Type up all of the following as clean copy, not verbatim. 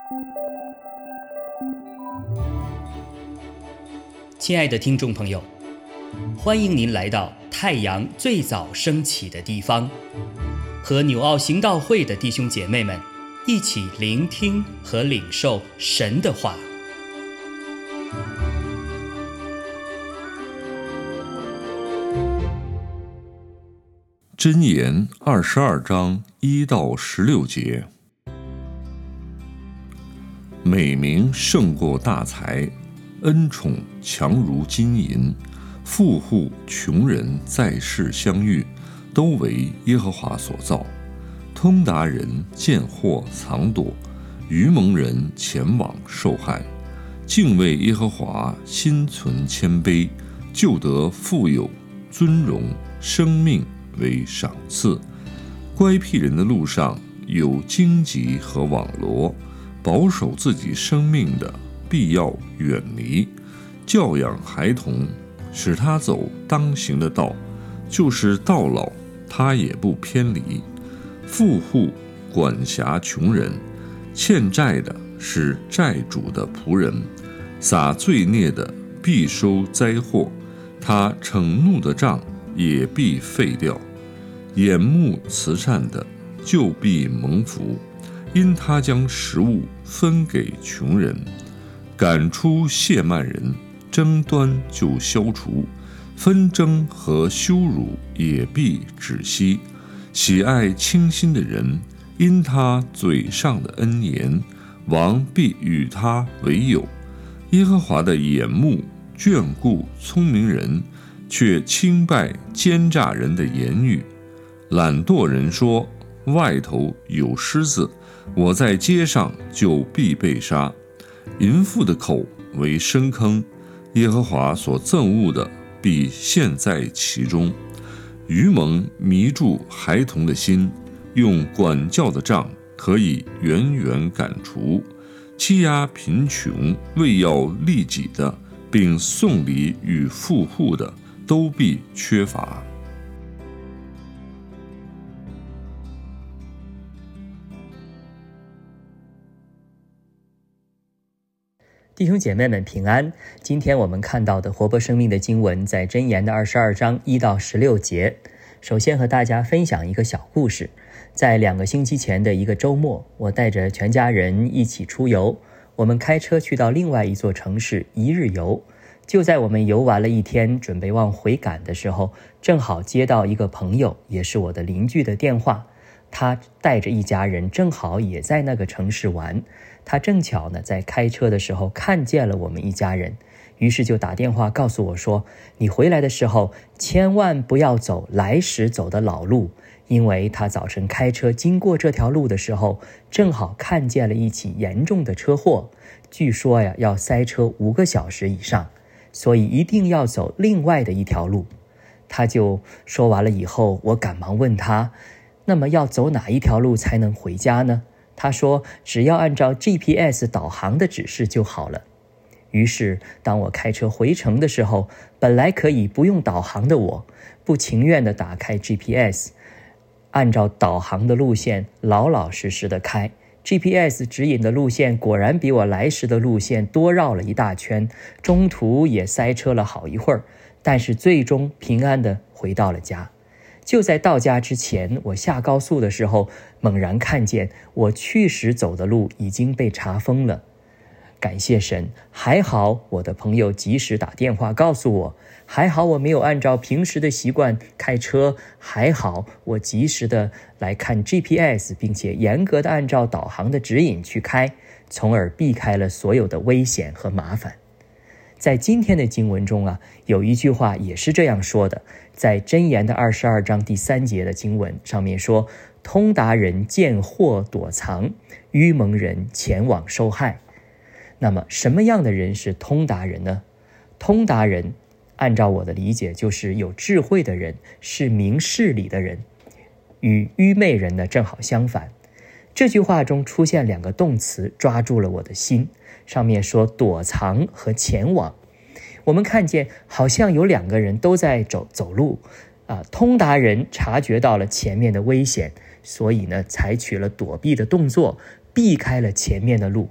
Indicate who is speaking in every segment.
Speaker 1: 亲爱的听众朋友，欢迎您来到太阳最早升起的地方，和纽奥行道会的弟兄姐妹们一起聆听和领受神的话。
Speaker 2: 箴言22章1到16节，美名胜过大财，恩宠强如金银。富户穷人在世相遇，都为耶和华所造。通达人见祸藏躲，愚蒙人前往受害。敬畏耶和华，心存谦卑，就得富有尊荣，生命为赏赐。乖僻人的路上有荆棘和网罗，保守自己生命的必要远离。教养孩童，使他走当行的道，就是到老他也不偏离。富户管辖穷人，欠债的是债主的仆人，撒罪孽的必收灾祸，他惩怒的杖也必废掉。眼目慈善的就必蒙福，因他将食物分给穷人。赶出亵慢人，争端就消除，纷争和羞辱也必止息。喜爱清心的人，因他嘴上的恩言，王必与他为友。耶和华的眼目眷顾聪明人，却轻拜奸诈人的言语。懒惰人说，外头有狮子，我在街上就必被杀。淫妇的口为深坑，耶和华所憎恶的必陷在其中。愚蒙迷住孩童的心，用管教的杖可以远远赶除。欺压贫穷为要利己的，并送礼与富户的，都必缺乏。
Speaker 1: 弟兄姐妹们平安。今天我们看到的活泼生命的经文在箴言的22章1到16节。首先和大家分享一个小故事。在2个星期前的一个周末，我带着全家人一起出游，我们开车去到另外一座城市一日游。就在我们游玩了一天，准备往回赶的时候，正好接到一个朋友，也是我的邻居的电话。他带着一家人正好也在那个城市玩，他正巧呢在开车的时候看见了我们一家人，于是就打电话告诉我说，你回来的时候千万不要走来时走的老路，因为他早晨开车经过这条路的时候，正好看见了一起严重的车祸，据说呀要塞车5个小时以上，所以一定要走另外的一条路。他就说完了以后，我赶忙问他，那么要走哪一条路才能回家呢？他说只要按照 GPS 导航的指示就好了。于是当我开车回城的时候，本来可以不用导航的我，不情愿地打开 GPS， 按照导航的路线老老实实地开。GPS 指引的路线果然比我来时的路线多绕了一大圈，中途也塞车了好一会儿，但是最终平安地回到了家。就在到家之前，我下高速的时候，猛然看见我去时走的路已经被查封了。感谢神，还好我的朋友及时打电话告诉我，还好我没有按照平时的习惯开车，还好我及时的来看 GPS， 并且严格的按照导航的指引去开，从而避开了所有的危险和麻烦。在今天的经文中啊，有一句话也是这样说的，在箴言的22章第3节的经文上面说，通达人见祸躲藏，愚蒙人前往受害。那么什么样的人是通达人呢？通达人按照我的理解就是有智慧的人，是明事理的人，与愚昧人呢正好相反。这句话中出现2个动词，抓住了我的心。上面说躲藏和前往，我们看见好像有2个人都在走路通达人察觉到了前面的危险，所以呢采取了躲避的动作，避开了前面的路，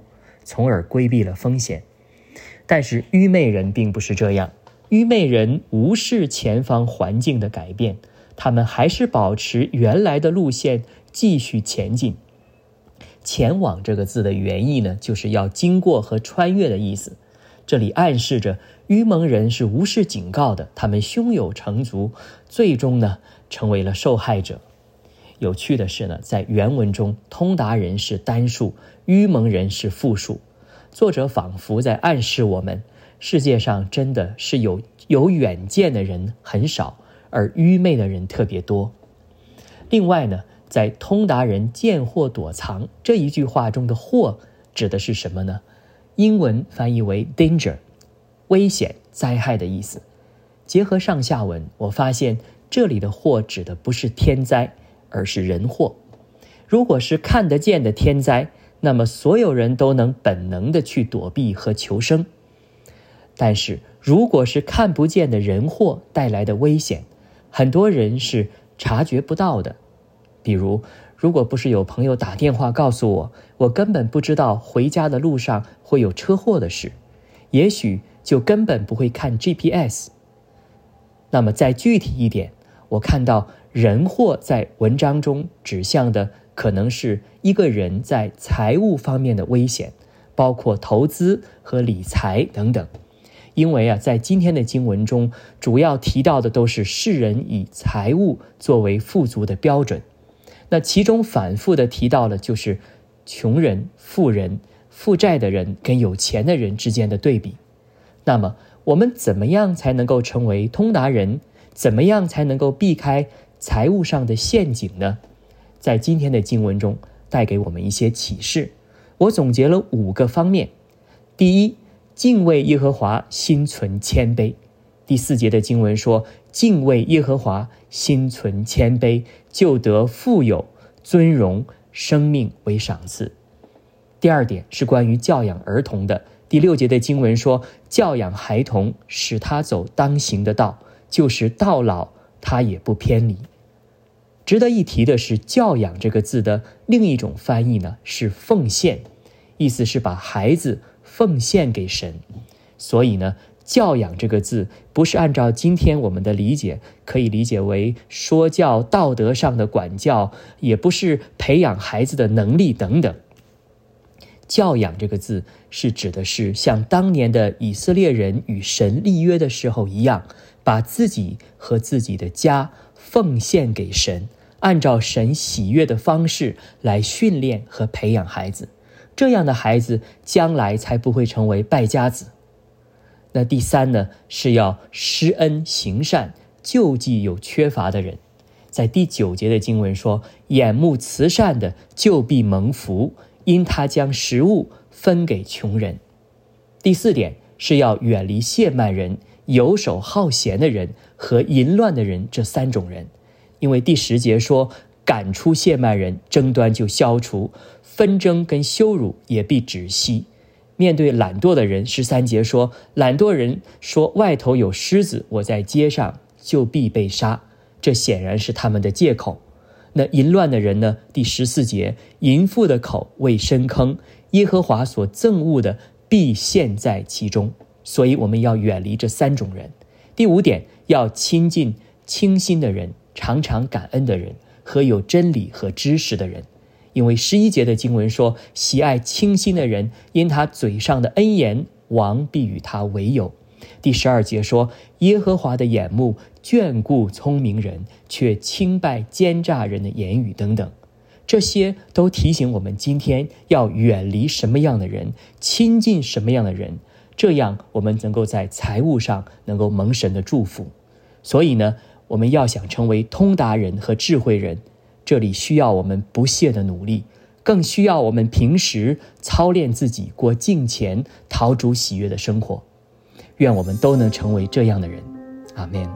Speaker 1: 从而规避了风险。但是愚昧人并不是这样，愚昧人无视前方环境的改变，他们还是保持原来的路线继续前进。前往这个字的原意呢，就是要经过和穿越的意思。这里暗示着愚蒙人是无视警告的，他们胸有成竹，最终呢成为了受害者。有趣的是呢，在原文中，通达人是单数，愚蒙人是复数。作者仿佛在暗示我们，世界上真的是有远见的人很少，而愚昧的人特别多。另外呢，在通达人见祸躲藏这一句话中的祸指的是什么呢？英文翻译为 danger， 危险、灾害的意思。结合上下文，我发现这里的祸指的不是天灾，而是人祸。如果是看得见的天灾，那么所有人都能本能的去躲避和求生。但是如果是看不见的人祸带来的危险，很多人是察觉不到的。比如，如果不是有朋友打电话告诉我，我根本不知道回家的路上会有车祸的事，也许就根本不会看 GPS。 那么再具体一点，我看到人祸在文章中指向的可能是一个人在财务方面的危险，包括投资和理财等等。因为在今天的经文中，主要提到的都是世人以财物作为富足的标准。那其中反复的提到了就是穷人、富人、负债的人跟有钱的人之间的对比。那么我们怎么样才能够成为通达人？怎么样才能够避开财务上的陷阱呢？在今天的经文中带给我们一些启示，我总结了5个方面。第一，敬畏耶和华，心存谦卑。第4节的经文说，敬畏耶和华，心存谦卑，就得富有、尊荣、生命为赏赐。第2点是关于教养儿童的。第6节的经文说，教养孩童，使他走当行的道，就是到老他也不偏离。值得一提的是，教养这个字的另一种翻译呢是奉献，意思是把孩子奉献给神。所以呢，教养这个字不是按照今天我们的理解，可以理解为说教、道德上的管教，也不是培养孩子的能力等等。教养这个字是指的是像当年的以色列人与神立约的时候一样，把自己和自己的家奉献给神，按照神喜悦的方式来训练和培养孩子，这样的孩子将来才不会成为败家子。那第3呢，是要施恩行善，救济有缺乏的人。在第9节的经文说，眼目慈善的就必蒙福，因他将食物分给穷人。第4点是要远离亵慢人、游手好闲的人和淫乱的人这3种人。因为第10节说，赶出亵慢人，争端就消除，纷争跟羞辱也必止息。面对懒惰的人，13节说，懒惰人说外头有狮子，我在街上就必被杀，这显然是他们的借口。那淫乱的人呢？第14节，淫妇的口为深坑，耶和华所憎恶的必陷在其中。所以我们要远离这3种人。第5点，要亲近清心的人，常常感恩的人和有真理和知识的人。因为11节的经文说，喜爱清心的人，因他嘴上的恩言，王必与他为友。第12节说，耶和华的眼目眷顾聪明人，却轻拜奸诈人的言语等等。这些都提醒我们今天要远离什么样的人，亲近什么样的人，这样我们能够在财务上能够蒙神的祝福。所以呢，我们要想成为通达人和智慧人，这里需要我们不懈的努力，更需要我们平时操练自己过敬虔、讨主喜悦的生活。愿我们都能成为这样的人。阿们。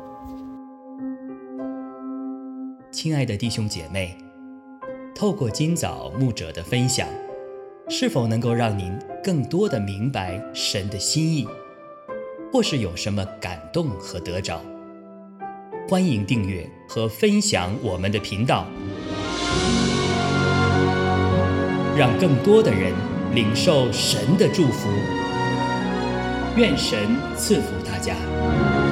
Speaker 1: 亲爱的弟兄姐妹，透过今早牧者的分享，是否能够让您更多的明白神的心意，或是有什么感动和得着？欢迎订阅和分享我们的频道，让更多的人领受神的祝福。愿神赐福大家。